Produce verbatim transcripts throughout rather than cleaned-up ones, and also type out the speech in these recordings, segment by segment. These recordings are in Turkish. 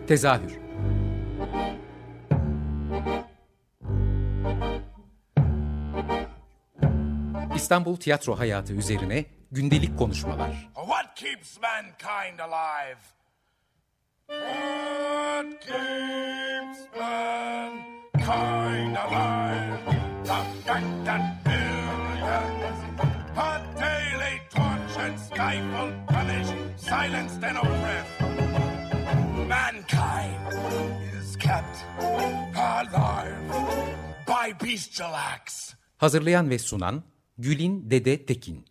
Tezahür. İstanbul tiyatro hayatı üzerine gündelik konuşmalar. What keeps mankind alive? What keeps mankind alive? The fact that billions are daily tortured, stifled, punished, silenced and oppressed. Mankind is kept alive by bestial acts. Hazırlayan ve sunan Gülin Dede Tekin.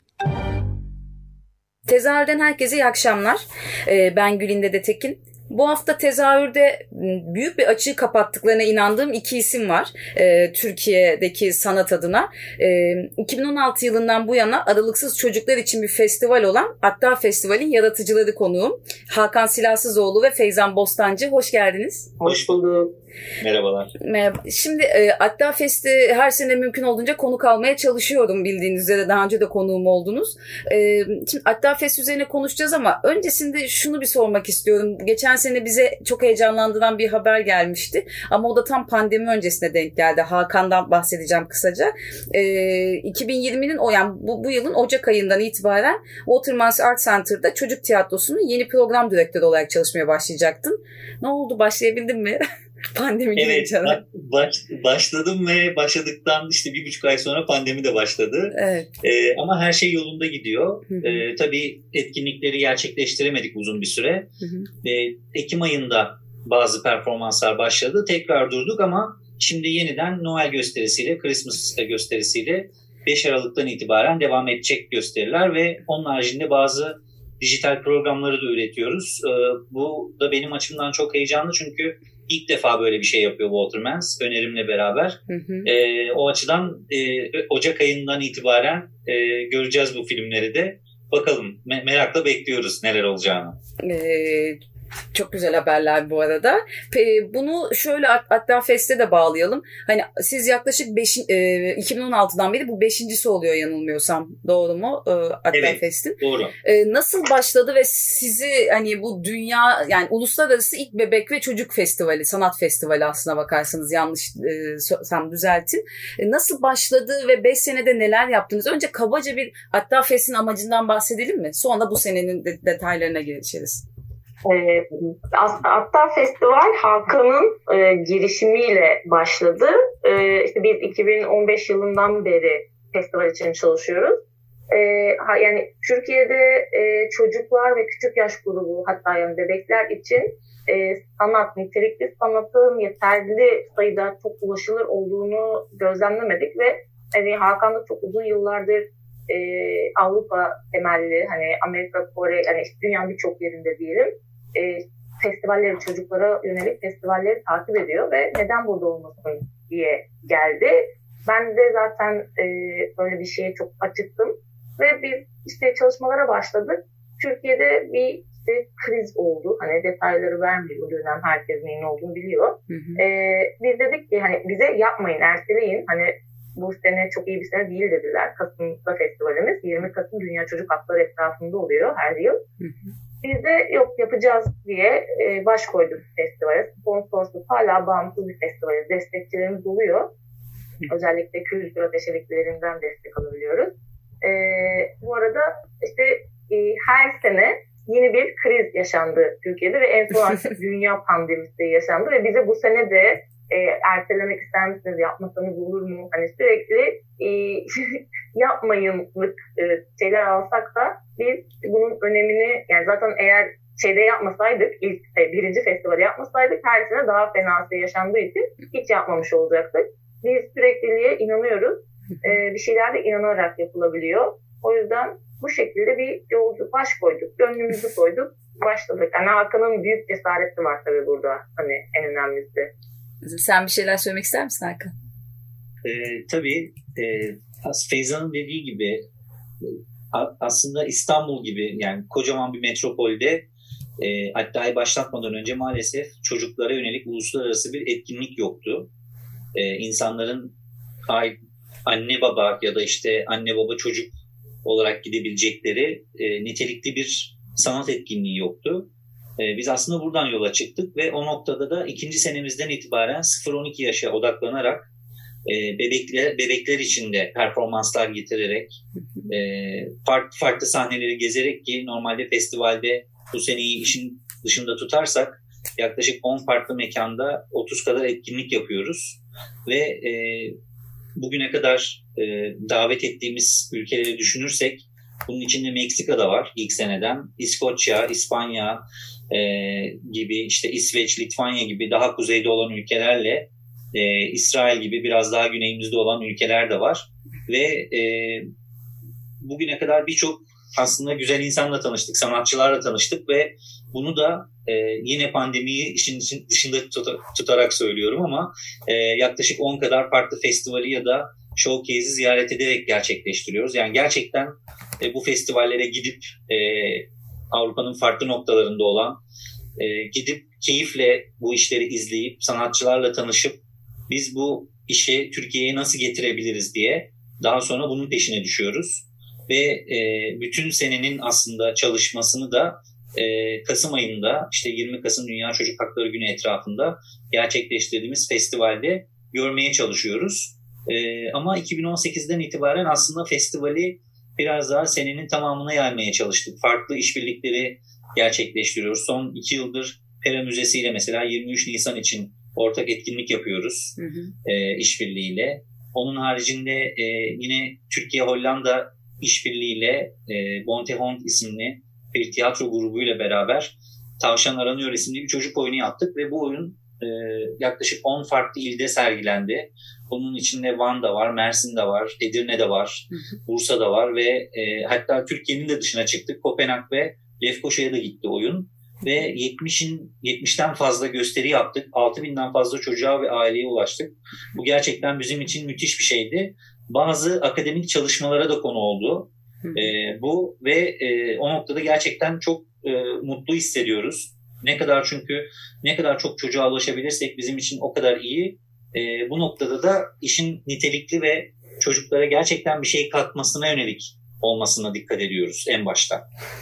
Tezahürden herkese iyi akşamlar. Ben Gülin Dede Tekin. Bu hafta tezahürde büyük bir açığı kapattıklarına inandığım iki isim var e, Türkiye'deki sanat adına. E, iki bin on altı yılından bu yana aralıksız çocuklar için bir festival olan Atta Festival'in yaratıcıları konuğum. Hakan Silahsızoğlu ve Feyzan Bostancı. Hoş geldiniz. Hoş bulduk. Merhabalar. Merhaba. Şimdi e, Atta Fest'i her sene mümkün olduğunca konuk almaya çalışıyorum, bildiğiniz üzere daha önce de konuğum oldunuz. E, şimdi Atta Fest üzerine konuşacağız ama öncesinde şunu bir sormak istiyorum. Geçen sene bize çok heyecanlandıran bir haber gelmişti ama o da tam pandemi öncesine denk geldi. Hakan'dan bahsedeceğim kısaca. E, iki bin yirminin o yani bu, bu yılın Ocak ayından itibaren Watermans Art Center'da çocuk tiyatrosunun yeni program direktörü olarak çalışmaya başlayacaktın. Ne oldu? Başlayabildin mi? Pandemi evet, baş, başladım ve başladıktan işte bir buçuk ay sonra pandemi de başladı. Evet. Ee, ama her şey yolunda gidiyor. Ee, tabii etkinlikleri gerçekleştiremedik uzun bir süre. Ee, Ekim ayında bazı performanslar başladı. Tekrar durduk ama şimdi yeniden Noel gösterisiyle, Christmas gösterisiyle beş Aralık'tan itibaren devam edecek gösteriler ve onun haricinde bazı dijital programları da üretiyoruz. Ee, bu da benim açımdan çok heyecanlı çünkü İlk defa böyle bir şey yapıyor Watermans önerimle beraber. Hı hı. E, o açıdan e, Ocak ayından itibaren e, göreceğiz bu filmleri de. Bakalım me- merakla bekliyoruz neler olacağını. Evet. Çok güzel haberler bu arada. Bunu şöyle Atta Fest'e de bağlayalım. Hani siz yaklaşık beş, e, iki bin on altıdan beri bu beşincisi oluyor yanılmıyorsam. Doğru mu? E, Atta evet, Fest'in. Doğru. E, nasıl başladı ve sizi hani bu dünya yani uluslararası ilk bebek ve çocuk festivali, sanat festivali aslına bakarsanız, yanlış e, sen düzeltin. E, nasıl başladı ve beş senede neler yaptınız? Önce kabaca bir Atta Fest'in amacından bahsedelim mi? Sonra bu senenin de detaylarına geçeriz. E, Atta Festival Hakan'ın e, girişimiyle başladı. E, işte biz iki bin on beş yılından beri festival için çalışıyoruz. E, ha, yani Türkiye'de e, çocuklar ve küçük yaş grubu, hatta yani bebekler için e, sanat, nitelikli sanatın yeterli sayıda çok ulaşılır olduğunu gözlemlemedik ve yani Hakan da çok uzun yıllardır e, Avrupa temelli, hani Amerika, Kore, yani işte dünyanın birçok yerinde diyelim, E, festivalleri, çocuklara yönelik festivalleri takip ediyor ve neden burada olmasın diye geldi. Ben de zaten e, böyle bir şeye çok açıktım ve biz işte çalışmalara başladık. Türkiye'de bir işte kriz oldu. Hani detayları vermiyor, o dönem herkes neyin olduğunu biliyor. Hı hı. E, biz dedik ki hani bize yapmayın, erteleyin. Hani bu sene çok iyi bir sene değil dediler. Kasım'da festivalimiz. yirmi Kasım Dünya Çocuk Hakları etrafında oluyor her yıl. Hı hı. Biz de yok yapacağız diye e, baş koyduk festivale. Sponsorsuz, hala bağımsız bir festivale. Destekçilerimiz oluyor. Hı. Özellikle kültür ateşeliklerinden destek alabiliyoruz. E, bu arada işte e, her sene yeni bir kriz yaşandı Türkiye'de ve en son artık dünya pandemisi yaşandı ve bize bu sene de E, ertelemek ister misiniz, yapmasanız olur mu? Hani sürekli e, yapmayınlık e, şeyler alsak da biz bunun önemini, yani zaten eğer şeyde yapmasaydık, ilk e, birinci festivali yapmasaydık her sene daha fenası yaşandığı için hiç yapmamış olacaktık. Biz sürekliliğe inanıyoruz. E, bir şeyler de inanarak yapılabiliyor. O yüzden bu şekilde bir yolculuk baş koyduk. Gönlümüzü koyduk. Başladık. Yani Hakan'ın büyük cesareti var tabii burada. Hani en önemlisi. Sen bir şeyler söylemek ister misin Hakan? Ee, tabii. E, Feyza'nın dediği gibi aslında İstanbul gibi yani kocaman bir metropolde e, hatta başlatmadan önce maalesef çocuklara yönelik uluslararası bir etkinlik yoktu. E, insanların anne baba ya da işte anne baba çocuk olarak gidebilecekleri e, nitelikli bir sanat etkinliği yoktu. E, biz aslında buradan yola çıktık ve o noktada da ikinci senemizden itibaren sıfır on iki yaşa odaklanarak e, bebekler, bebekler için de performanslar getirerek e, farklı farklı sahneleri gezerek ki normalde festivalde bu seneyi işin dışında tutarsak yaklaşık on farklı mekanda otuz kadar etkinlik yapıyoruz ve e, bugüne kadar e, davet ettiğimiz ülkeleri düşünürsek bunun içinde Meksika'da var ilk seneden, İskoçya, İspanya e, gibi, işte İsveç, Litvanya gibi daha kuzeyde olan ülkelerle e, İsrail gibi biraz daha güneyimizde olan ülkeler de var ve e, bugüne kadar birçok aslında güzel insanla tanıştık, sanatçılarla tanıştık ve bunu da e, yine pandemiyi işin dışında tutarak söylüyorum ama e, yaklaşık on kadar farklı festivali ya da showcase'i ziyaret ederek gerçekleştiriyoruz. Yani gerçekten e, bu festivallere gidip e, Avrupa'nın farklı noktalarında olan e, gidip keyifle bu işleri izleyip sanatçılarla tanışıp biz bu işi Türkiye'ye nasıl getirebiliriz diye daha sonra bunun peşine düşüyoruz. Ve e, bütün senenin aslında çalışmasını da e, Kasım ayında, işte yirmi Kasım Dünya Çocuk Hakları Günü etrafında gerçekleştirdiğimiz festivalde görmeye çalışıyoruz. E, ama iki bin on sekizden itibaren aslında festivali biraz daha senenin tamamına yaymaya çalıştık. Farklı işbirlikleri gerçekleştiriyoruz. Son iki yıldır Pera Müzesi ile mesela yirmi üç Nisan için ortak etkinlik yapıyoruz, hı hı. E, işbirliğiyle. Onun haricinde e, yine Türkiye-Hollanda işbirliğiyle e, Bontehond isimli bir tiyatro grubuyla beraber Tavşan Aranıyor isimli bir çocuk oyunu yaptık ve bu oyun e, yaklaşık on farklı ilde sergilendi. Bunun içinde Van'da var, Mersin'de var, Edirne'de var, Bursa'da var ve e, hatta Türkiye'nin de dışına çıktık. Kopenhag ve Lefkoşa'ya da gitti oyun ve yetmişin yetmişten fazla gösteri yaptık. altı binden fazla çocuğa ve aileye ulaştık. Bu gerçekten bizim için müthiş bir şeydi. Bazı akademik çalışmalara da konu oldu e, bu ve e, o noktada gerçekten çok e, mutlu hissediyoruz. Ne kadar çünkü ne kadar çok çocuğa ulaşabilirsek bizim için o kadar iyi. E, bu noktada da işin nitelikli ve çocuklara gerçekten bir şey katmasına yönelik olmasına dikkat ediyoruz en başta.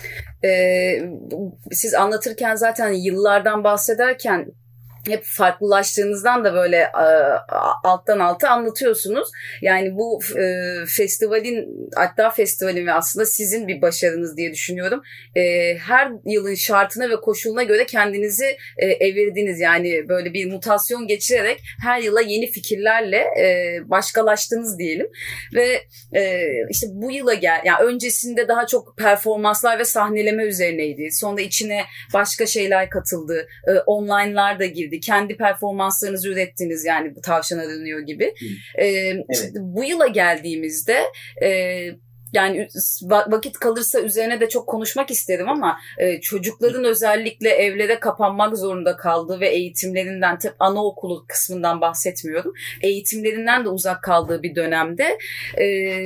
Ee, siz anlatırken zaten yıllardan bahsederken hep farklılaştığınızdan da böyle e, alttan alta anlatıyorsunuz. Yani bu e, festivalin, hatta festivalin ve aslında sizin bir başarınız diye düşünüyorum. E, her yılın şartına ve koşuluna göre kendinizi e, evirdiniz. Yani böyle bir mutasyon geçirerek her yıla yeni fikirlerle e, başkalaştınız diyelim. Ve e, işte bu yıla gel, yani öncesinde daha çok performanslar ve sahneleme üzerineydi. Sonra içine başka şeyler katıldı. E, online'lar da girdi. Kendi performanslarınızı ürettiniz, yani Tavşan Aranıyor gibi. Ee, evet. işte bu yıla geldiğimizde e, yani vakit kalırsa üzerine de çok konuşmak isterim ama e, çocukların özellikle evlere kapanmak zorunda kaldığı ve eğitimlerinden, tabii anaokulu kısmından bahsetmiyorum, eğitimlerinden de uzak kaldığı bir dönemde e,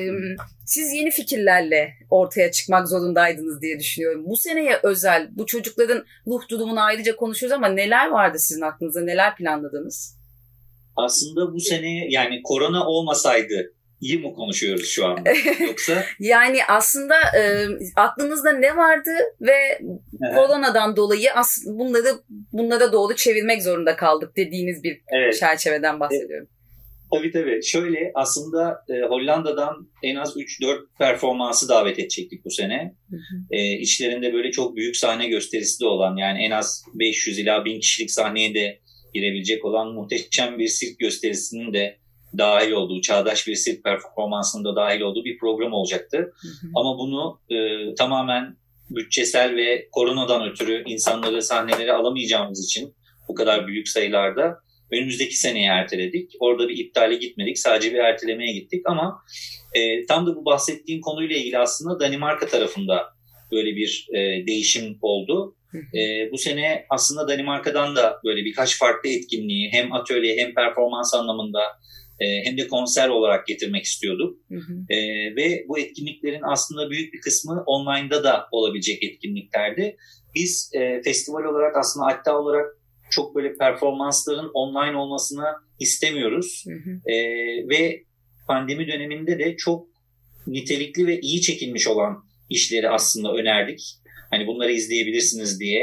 siz yeni fikirlerle ortaya çıkmak zorundaydınız diye düşünüyorum. Bu seneye özel, bu çocukların ruh durumunu ayrıca konuşuyoruz ama neler vardı sizin aklınızda, neler planladınız? Aslında bu sene, yani korona olmasaydı iyi mi konuşuyoruz şu anda? Yoksa yani aslında e, aklınızda ne vardı ve evet. koronadan dolayı as- bunları bunlara doğru çevirmek zorunda kaldık dediğiniz bir evet. çerçeveden bahsediyorum. Evet. Tabii tabii. Şöyle aslında e, Hollanda'dan en az üç dört performansı davet edecektik bu sene. Hı hı. E, içlerinde böyle çok büyük sahne gösterisi de olan, yani en az beş yüz ila bin kişilik sahneye de girebilecek olan muhteşem bir sirk gösterisinin de dahil olduğu, çağdaş bir sirk performansının da dahil olduğu bir program olacaktı. Hı hı. Ama bunu e, tamamen bütçesel ve koronadan ötürü insanları sahnelere alamayacağımız için bu kadar büyük sayılarda önümüzdeki seneye erteledik. Orada bir iptale gitmedik. Sadece bir ertelemeye gittik ama e, tam da bu bahsettiğim konuyla ilgili aslında Danimarka tarafında böyle bir e, değişim oldu. E, bu sene aslında Danimarka'dan da böyle birkaç farklı etkinliği hem atölye hem performans anlamında e, hem de konser olarak getirmek istiyorduk. Hı hı. E, ve bu etkinliklerin aslında büyük bir kısmı online'da da olabilecek etkinliklerdi. Biz e, festival olarak aslında hatta olarak çok böyle performansların online olmasını istemiyoruz. Hı hı. E, ve pandemi döneminde de çok nitelikli ve iyi çekilmiş olan işleri aslında önerdik. Hani bunları izleyebilirsiniz diye.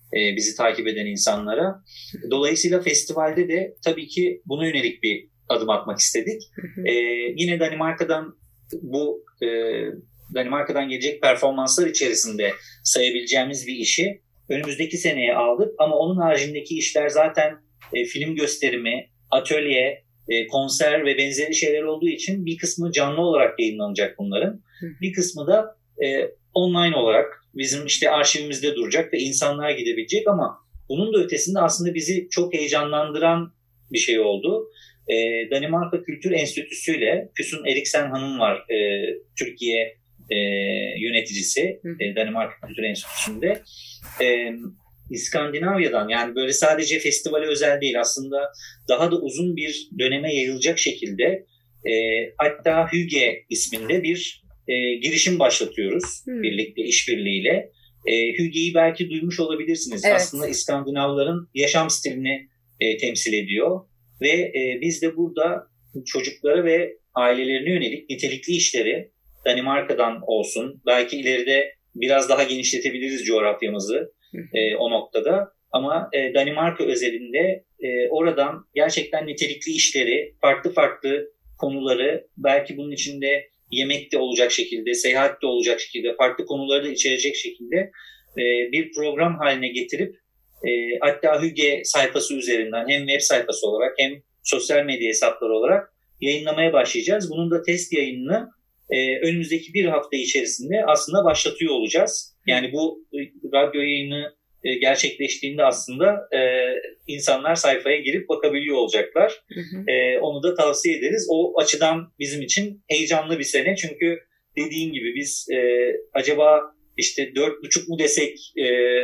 e, bizi takip eden insanlara. Dolayısıyla festivalde de tabii ki buna yönelik bir adım atmak istedik. E, yine Danimarka'dan bu e, Danimarka'dan gelecek performanslar içerisinde sayabileceğimiz bir işi önümüzdeki seneye aldık. Ama onun haricindeki işler zaten e, film gösterimi, atölye, e, konser ve benzeri şeyler olduğu için bir kısmı canlı olarak yayınlanacak bunların. Bir kısmı da e, online olarak bizim işte arşivimizde duracak ve insanlar gidebilecek, ama bunun da ötesinde aslında bizi çok heyecanlandıran bir şey oldu. E, Danimarka Kültür Enstitüsü ile Füsun Eriksen Hanım var, e, Türkiye e, yöneticisi e, Danimarka Kültür Enstitüsü'nde. E, İskandinavya'dan, yani böyle sadece festivale özel değil, aslında daha da uzun bir döneme yayılacak şekilde e, hatta Hygge isminde bir e, girişim başlatıyoruz hmm. birlikte, işbirliğiyle. E, Hygge'yi belki duymuş olabilirsiniz. Evet. Aslında İskandinavların yaşam stilini e, temsil ediyor ve e, biz de burada çocuklara ve ailelerine yönelik nitelikli işleri Danimarka'dan olsun, belki ileride biraz daha genişletebiliriz coğrafyamızı e, o noktada, ama e, Danimarka özelinde e, oradan gerçekten nitelikli işleri, farklı farklı konuları, belki bunun içinde yemek de olacak şekilde, seyahat de olacak şekilde, farklı konuları da içerecek şekilde e, bir program haline getirip e, hatta Hygge sayfası üzerinden hem web sayfası olarak hem sosyal medya hesapları olarak yayınlamaya başlayacağız. Bunun da test yayınını e, önümüzdeki bir hafta içerisinde aslında başlatıyor olacağız. Yani bu radyo yayını e, gerçekleştiğinde aslında e, insanlar sayfaya girip bakabiliyor olacaklar. Hı hı. E, onu da tavsiye ederiz. O açıdan bizim için heyecanlı bir sene. Çünkü dediğim gibi biz e, acaba işte dört buçuk mu desek, e,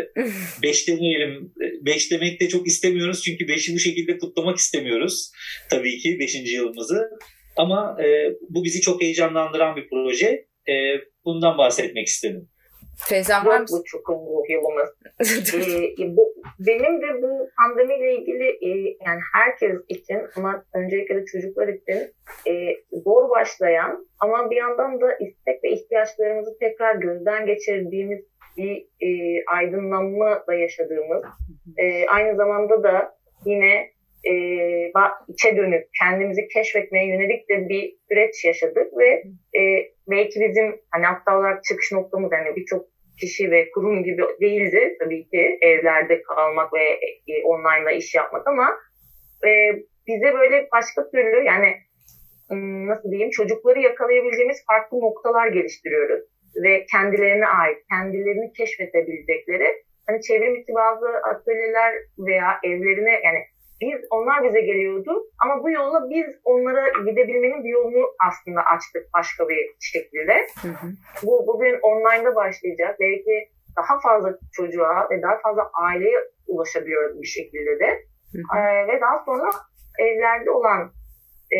beş demeyelim. Beş demek de çok istemiyoruz. Çünkü beşi bu şekilde kutlamak istemiyoruz. Tabii ki beşinci yılımızı. Ama e, bu bizi çok heyecanlandıran bir proje. E, bundan bahsetmek istedim. Feyzan var mısın? Bu çok umurlu yılımız. ee, bu, benim de bu pandemiyle ilgili e, yani herkes için, ama öncelikle de çocuklar için e, zor başlayan ama bir yandan da istek ve ihtiyaçlarımızı tekrar gözden geçirdiğimiz bir e, aydınlanma da yaşadığımız, e, aynı zamanda da yine e, içe dönük kendimizi keşfetmeye yönelik de bir süreç yaşadık ve e, belki bizim hani hatta olarak çıkış noktamız, yani birçok kişi ve kurum gibi değildi tabii ki evlerde kalmak ve e, online'da iş yapmak, ama e, bize böyle başka türlü, yani nasıl diyeyim, çocukları yakalayabileceğimiz farklı noktalar geliştiriyoruz ve kendilerine ait, kendilerini keşfedebilecekleri hani çevrim içi bazı atölyeler veya evlerine, yani biz, onlar bize geliyordu ama bu yolla biz onlara gidebilmenin bir yolunu aslında açtık başka bir şekilde. Hı hı. Bu bugün online'da başlayacak. Belki daha fazla çocuğa ve daha fazla aileye ulaşabiliyoruz bir şekilde de. Hı hı. Ee, ve daha sonra evlerde olan e,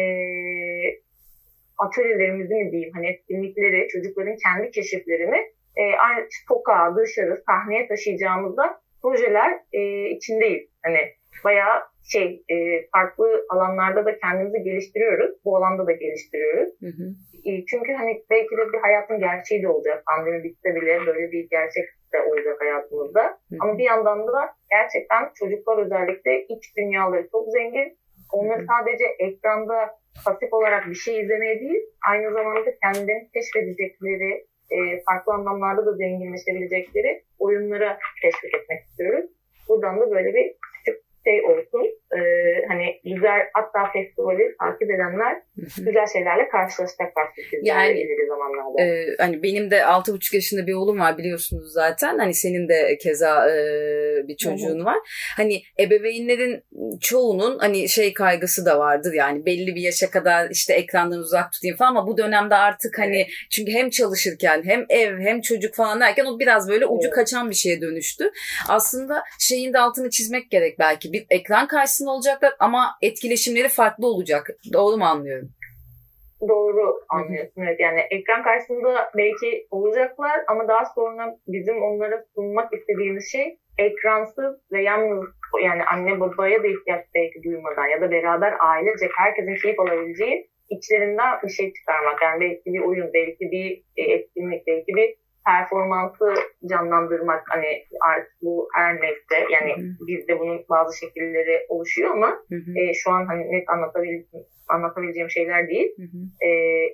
atölyelerimizi mi diyeyim, hani etkinlikleri, çocukların kendi keşiflerini e, aynı sokağa, dışarı, sahneye taşıyacağımızda projeler e, içindeyiz. Hani bayağı şey e, farklı alanlarda da kendimizi geliştiriyoruz. Bu alanda da geliştiriyoruz. Hı hı. E, çünkü hani belki de bir hayatın gerçeği de olacak. Pandemi bitse bile böyle bir gerçek de olacak hayatımızda. Hı hı. Ama bir yandan da gerçekten çocuklar özellikle iç dünyaları çok zengin. Onları hı hı. sadece ekranda pasif olarak bir şey izlemeye değil, aynı zamanda kendilerini keşfedecekleri, e, farklı anlamlarda da zenginleşebilecekleri oyunlara teşvik etmek istiyoruz. Buradan da böyle bir şey olsun, e, hani güzel, hatta festivali takip edenler Hı-hı. güzel şeylerle karşılaşacaklar yani, ileri zamanlarda. E, hani benim de altı buçuk yaşında bir oğlum var, biliyorsunuz zaten. Hani senin de keza e, bir çocuğun Hı-hı. var. Hani ebeveynlerin çoğunun hani şey kaygısı da vardır, yani belli bir yaşa kadar işte ekrandan uzak tutayım falan, ama bu dönemde artık hani evet. çünkü hem çalışırken hem ev hem çocuk falan derken o biraz böyle ucu evet. kaçan bir şeye dönüştü. Aslında şeyin de altını çizmek gerek belki. Bir ekran karşısında olacaklar ama etkileşimleri farklı olacak. Doğru mu anlıyorum? Doğru anlıyorsun. Evet, yani ekran karşısında belki olacaklar ama daha sonra bizim onlara sunmak istediğimiz şey ekransız ve yalnız, yani anne babaya da ihtiyaç belki duymadan ya da beraber ailecek herkesin keyif alabileceği içlerinden bir şey çıkarmak. Yani belki bir oyun, belki bir etkinlik, belki bir performansı canlandırmak, hani artık bu her neyse yani hı-hı. bizde bunun bazı şekilleri oluşuyor ama e, şu an hani net anlatabileceğim, anlatabileceğim şeyler değil. E,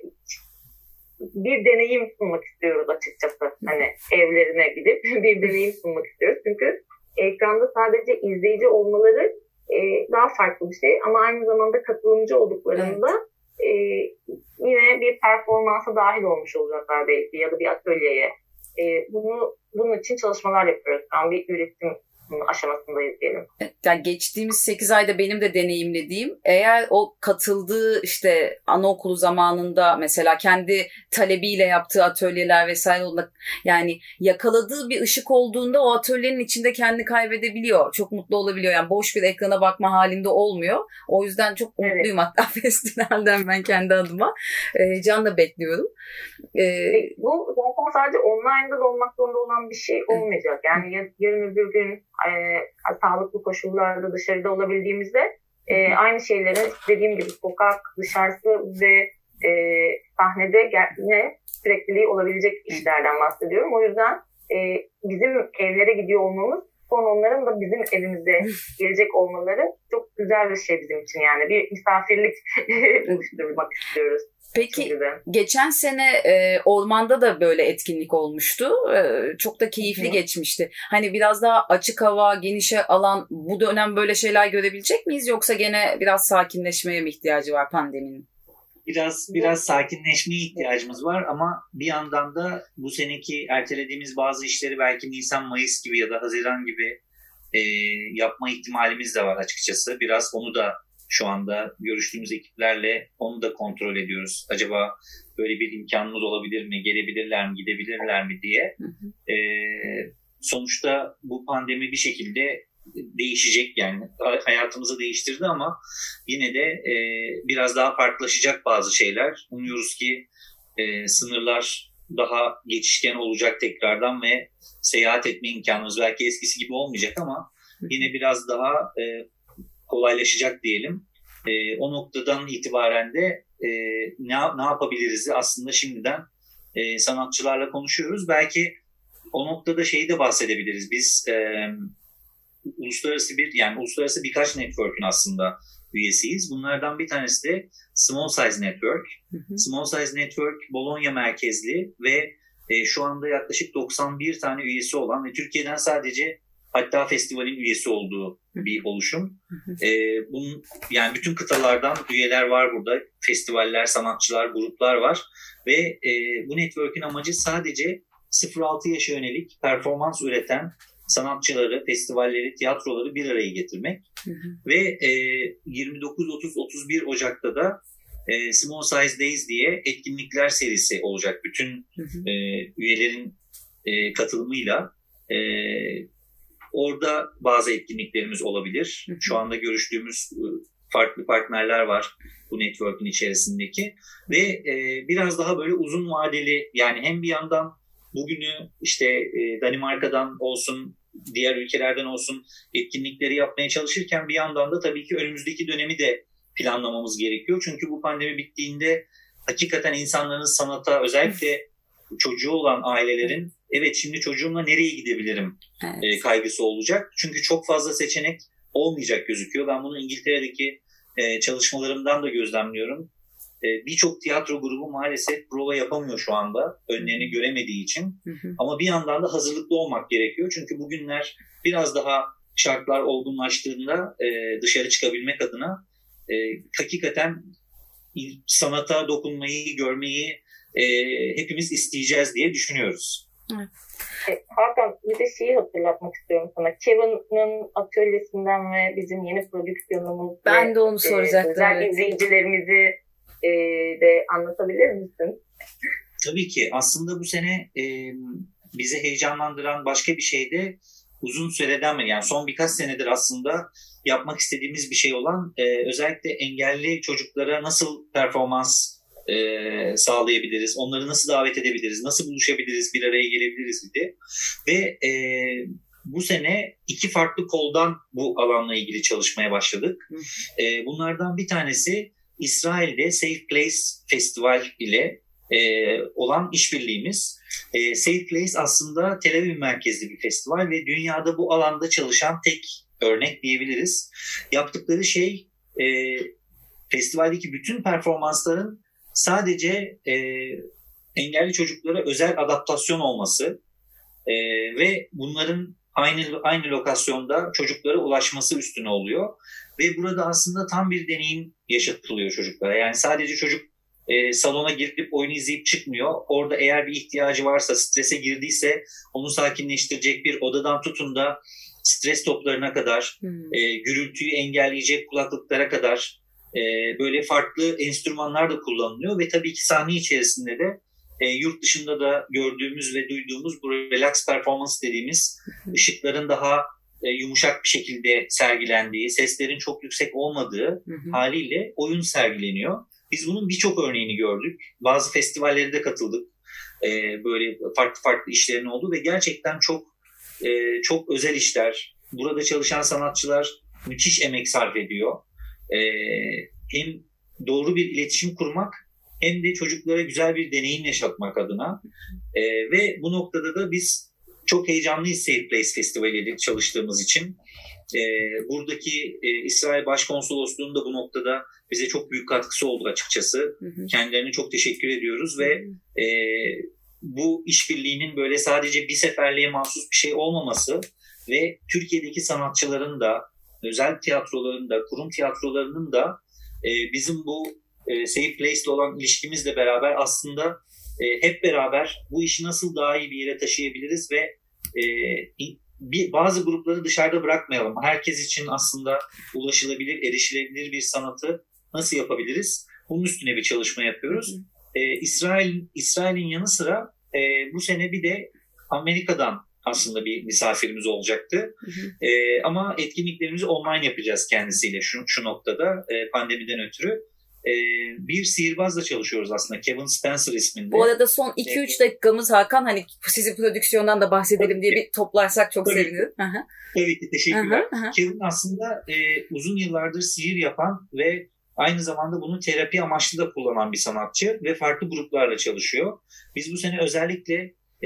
bir deneyim sunmak istiyoruz açıkçası. Hı-hı. Hani evlerine gidip bir deneyim sunmak istiyoruz. Çünkü ekranda sadece izleyici olmaları e, daha farklı bir şey ama aynı zamanda katılımcı olduklarında evet. e, yine bir performansa dahil olmuş olacaklar belki ya da bir atölyeye. E, bunu bunun için çalışmalar yapıyoruz. Yani bir üretim aşamasındayız diyelim. Yani geçtiğimiz sekiz ayda benim de deneyimlediğim, eğer o katıldığı işte anaokulu zamanında mesela kendi talebiyle yaptığı atölyeler vesaire onda yani yakaladığı bir ışık olduğunda o atölyenin içinde kendini kaybedebiliyor. Çok mutlu olabiliyor. Yani boş bir ekrana bakma halinde olmuyor. O yüzden çok mutluyum evet. hatta festivalden ben kendi adıma. E, canla bekliyorum. E, e, bu zaten sadece online'da da olmak zorunda olan bir şey olmayacak. Yani yarın öbür gün E, sağlıklı koşullarda dışarıda olabildiğimizde e, aynı şeylerin dediğim gibi sokak, dışarısı ve e, sahnede yine sürekliliği olabilecek işlerden bahsediyorum. O yüzden e, bizim evlere gidiyor olmamız, son onların da bizim evimize gelecek olmaları çok güzel bir şey bizim için yani. Bir misafirlik oluşturmak istiyoruz. Peki geçen sene e, ormanda da böyle etkinlik olmuştu. E, çok da keyifli Hı. geçmişti. Hani biraz daha açık hava, geniş alan, bu dönem böyle şeyler görebilecek miyiz? Yoksa gene biraz sakinleşmeye mi ihtiyacı var pandeminin? Biraz biraz sakinleşmeye ihtiyacımız var ama bir yandan da bu seneki ertelediğimiz bazı işleri belki Nisan, Mayıs gibi ya da Haziran gibi e, yapma ihtimalimiz de var açıkçası. Biraz onu da şu anda görüştüğümüz ekiplerle onu da kontrol ediyoruz. Acaba böyle bir imkanımız olabilir mi, gelebilirler mi, gidebilirler mi diye. Hı hı. Ee, sonuçta bu pandemi bir şekilde değişecek yani hayatımızı değiştirdi ama yine de e, biraz daha farklılaşacak bazı şeyler. Umuyoruz ki e, sınırlar daha geçişken olacak tekrardan ve seyahat etme imkanımız belki eskisi gibi olmayacak ama yine biraz daha e, kolaylaşacak diyelim. E, o noktadan itibaren de e, ne, ne yapabiliriz aslında şimdiden e, sanatçılarla konuşuyoruz. Belki o noktada şeyi de bahsedebiliriz. Biz e, uluslararası bir yani uluslararası birkaç network'ün aslında üyesiyiz. Bunlardan bir tanesi de Small Size Network. Hı hı. Small Size Network Bologna merkezli ve e, şu anda yaklaşık doksan bir tane üyesi olan ve Türkiye'den sadece hatta festivalin üyesi olduğu bir oluşum. Ee, bunun yani bütün kıtalardan üyeler var burada. Festivaller, sanatçılar, gruplar var ve e, bu network'ün amacı sadece sıfır altı yaşa yönelik performans üreten sanatçıları, festivalleri, tiyatroları bir araya getirmek. Hı hı. Ve e, yirmi dokuz otuz otuz bir Ocak'ta da e, Small Size Days diye etkinlikler serisi olacak. Bütün hı hı. E, üyelerin e, katılımıyla e, orada bazı etkinliklerimiz olabilir. Hı hı. Şu anda görüştüğümüz farklı partnerler var bu network'ün içerisindeki ve e, biraz daha böyle uzun vadeli yani hem bir yandan bugünü işte e, Danimarka'dan olsun, diğer ülkelerden olsun etkinlikleri yapmaya çalışırken bir yandan da tabii ki önümüzdeki dönemi de planlamamız gerekiyor. Çünkü bu pandemi bittiğinde hakikaten insanların sanata özellikle çocuğu olan ailelerin evet şimdi çocuğumla nereye gidebilirim evet. e, kaygısı olacak. Çünkü çok fazla seçenek olmayacak gözüküyor. Ben bunu İngiltere'deki e, çalışmalarımdan da gözlemliyorum. E, birçok tiyatro grubu maalesef prova yapamıyor şu anda önlerini göremediği için. Hı hı. Ama bir yandan da hazırlıklı olmak gerekiyor. Çünkü bugünler biraz daha şartlar olgunlaştığında e, dışarı çıkabilmek adına e, hakikaten sanata dokunmayı, görmeyi e, hepimiz isteyeceğiz diye düşünüyoruz. Evet. Hakan bir de şeyi hatırlatmak istiyorum sana. Kevin'in atölyesinden ve bizim yeni prodüksiyonumuz ben ve, de onu soracaktım. E, özel evet. izleyicilerimizi e, de anlatabilir misin? Tabii ki. Aslında bu sene e, bizi heyecanlandıran başka bir şey de uzun süreden beri yani son birkaç senedir aslında yapmak istediğimiz bir şey olan e, özellikle engelli çocuklara nasıl performans e, sağlayabiliriz, onları nasıl davet edebiliriz, nasıl buluşabiliriz, bir araya gelebiliriz diye. Ve e, bu sene iki farklı koldan bu alanla ilgili çalışmaya başladık. E, bunlardan bir tanesi İsrail'de Safe Place Festival ile e, olan işbirliğimiz. E, Safe Place aslında Tel Aviv merkezli bir festival ve dünyada bu alanda çalışan tek örnek diyebiliriz. Yaptıkları şey e, festivaldeki bütün performansların sadece e, engelli çocuklara özel adaptasyon olması e, ve bunların aynı aynı lokasyonda çocuklara ulaşması üstüne oluyor. Ve burada aslında tam bir deneyim yaşatılıyor çocuklara. Yani sadece çocuk e, salona girip oyunu izleyip çıkmıyor. Orada eğer bir ihtiyacı varsa, strese girdiyse onu sakinleştirecek bir odadan tutun da stres toplarına kadar, hmm. e, gürültüyü engelleyecek kulaklıklara kadar e, böyle farklı enstrümanlar da kullanılıyor. Ve tabii ki sahne içerisinde de e, yurt dışında da gördüğümüz ve duyduğumuz bu relax performance dediğimiz hmm. ışıkların daha e, yumuşak bir şekilde sergilendiği, seslerin çok yüksek olmadığı hmm. haliyle oyun sergileniyor. Biz bunun birçok örneğini gördük. Bazı festivallere de katıldık. Ee, böyle farklı farklı işlerin olduğu ve gerçekten çok e, çok özel işler. Burada çalışan sanatçılar müthiş emek sarf ediyor. Ee, hem doğru bir iletişim kurmak hem de çocuklara güzel bir deneyim yaşatmak adına. Ee, ve bu noktada da biz çok heyecanlıyız Safe Place Festivali'de çalıştığımız için. Ee, buradaki e, İsrail Başkonsolosluğu'nun da bu noktada bize çok büyük katkısı oldu açıkçası. Hı hı. Kendilerine çok teşekkür ediyoruz ve e, bu işbirliğinin böyle sadece bir seferliğe mahsus bir şey olmaması ve Türkiye'deki sanatçıların da, özel tiyatroların da, kurum tiyatrolarının da e, bizim bu e, Safe Place'le olan ilişkimizle beraber aslında e, hep beraber bu işi nasıl daha iyi bir yere taşıyabiliriz ve e, Bir, bazı grupları dışarıda bırakmayalım. Herkes için aslında ulaşılabilir, erişilebilir bir sanatı nasıl yapabiliriz? Bunun üstüne bir çalışma yapıyoruz. Ee, İsrail, İsrail'in yanı sıra e, bu sene bir de Amerika'dan aslında bir misafirimiz olacaktı. E, ama etkinliklerimizi online yapacağız kendisiyle şu, şu noktada e, pandemiden ötürü. Ee, bir sihirbazla çalışıyoruz aslında, Kevin Spencer isminde. Bu arada son iki üç dakikamız Hakan, hani sizi prodüksiyondan da bahsedelim diye bir toplarsak çok Tabii sevinirim. Ki. Tabii ki, teşekkürler. Aha, aha. Kevin aslında e, uzun yıllardır sihir yapan ve aynı zamanda bunu terapi amaçlı da kullanan bir sanatçı ve farklı gruplarla çalışıyor. Biz bu sene özellikle e,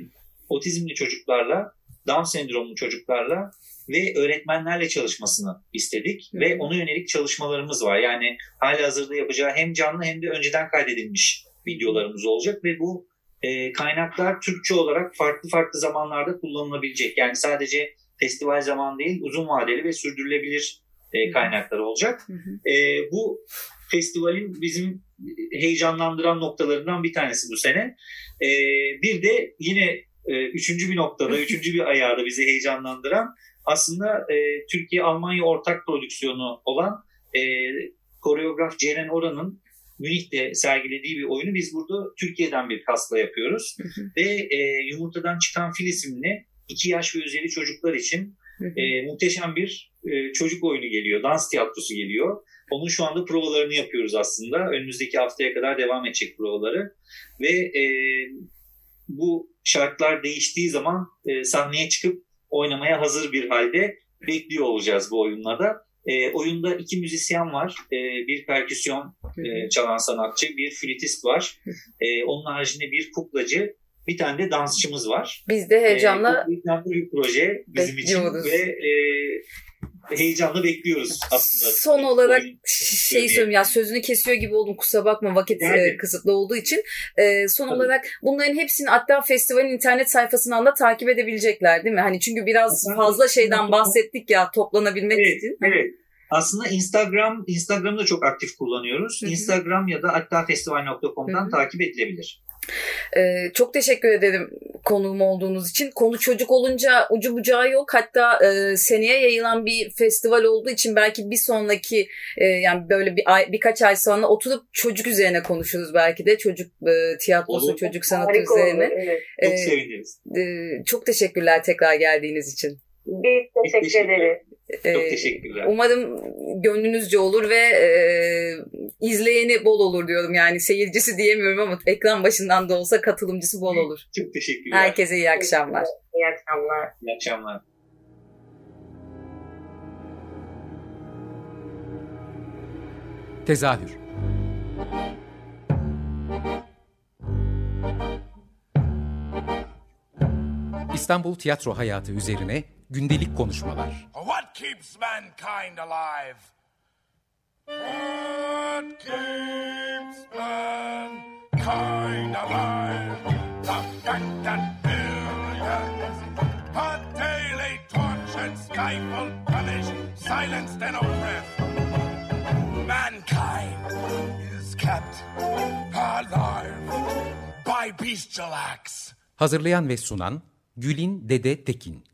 otizmli çocuklarla, Down sendromlu çocuklarla ve öğretmenlerle çalışmasını istedik. Hı. Ve ona yönelik çalışmalarımız var. Yani halihazırda yapacağı hem canlı hem de önceden kaydedilmiş videolarımız olacak ve bu e, kaynaklar Türkçe olarak farklı farklı zamanlarda kullanılabilecek. Yani sadece festival zamanı değil, uzun vadeli ve sürdürülebilir e, kaynaklar olacak. Hı hı. E, bu festivalin bizim heyecanlandıran noktalarından bir tanesi bu sene. E, bir de yine e, üçüncü bir noktada, üçüncü bir ayağı da bizi heyecanlandıran aslında e, Türkiye-Almanya ortak prodüksiyonu olan e, koreograf Ceren Oran'ın Münih'te sergilediği bir oyunu biz burada Türkiye'den bir kasla yapıyoruz. Hı hı. Ve e, Yumurtadan Çıkan Fil isimli iki yaş ve üzeri çocuklar için hı hı. E, muhteşem bir e, çocuk oyunu geliyor, dans tiyatrosu geliyor. Onun şu anda provalarını yapıyoruz aslında. Önümüzdeki haftaya kadar devam edecek provaları. Ve e, bu şartlar değiştiği zaman e, sahneye çıkıp oynamaya hazır bir halde bekliyor olacağız bu oyunlarda. E, oyunda iki müzisyen var. E, bir perküsyon e, çalan sanatçı, bir flütist var. E, onun haricinde bir kuklacı, bir tane de dansçımız var. Biz de heyecanla e, bir proje bizim bekliyoruz. için ve e, heyecanla bekliyoruz aslında. Son olarak şey söyleyeyim ya, sözünü kesiyor gibi oldum, kusura bakma, vakit yani. kısıtlı olduğu için. Ee, son Tabii. olarak bunların hepsini hatta festivalin internet sayfasından da takip edebilecekler değil mi? Hani çünkü biraz hatta fazla şeyden bahsettik ya toplanabilmek evet, için. Evet. Aslında Instagram, Instagram'ı da çok aktif kullanıyoruz. Hı-hı. Instagram ya da attafestival nokta com'dan Hı-hı. takip edilebilir. Ee, çok teşekkür ederim konuğum olduğunuz için. Konu çocuk olunca ucu bucağı yok. Hatta e, seneye yayılan bir festival olduğu için belki bir sonraki e, yani böyle bir ay, birkaç ay sonra oturup çocuk üzerine konuşuruz belki de. Çocuk e, tiyatrosu, olur. Çocuk sanatı Harika üzerine. Olur, evet. Çok ee, seviniriz. E, çok teşekkürler tekrar geldiğiniz için. Biz teşekkür, teşekkür ederiz. Çok teşekkürler. Umarım gönlünüzce olur ve e, izleyeni bol olur diyorum. Yani seyircisi diyemiyorum ama ekran başından da olsa katılımcısı bol olur. Çok teşekkürler. Herkese iyi akşamlar. İyi akşamlar. İyi akşamlar. Tezahür. İstanbul tiyatro hayatı üzerine gündelik konuşmalar. What keeps mankind alive? What keeps mankind alive? The fact that billions are daily tortured, stifled, punished, silenced, and oppressed. Mankind is kept alive by bestial acts. Hazırlayan ve sunan Gülin Dede Tekin.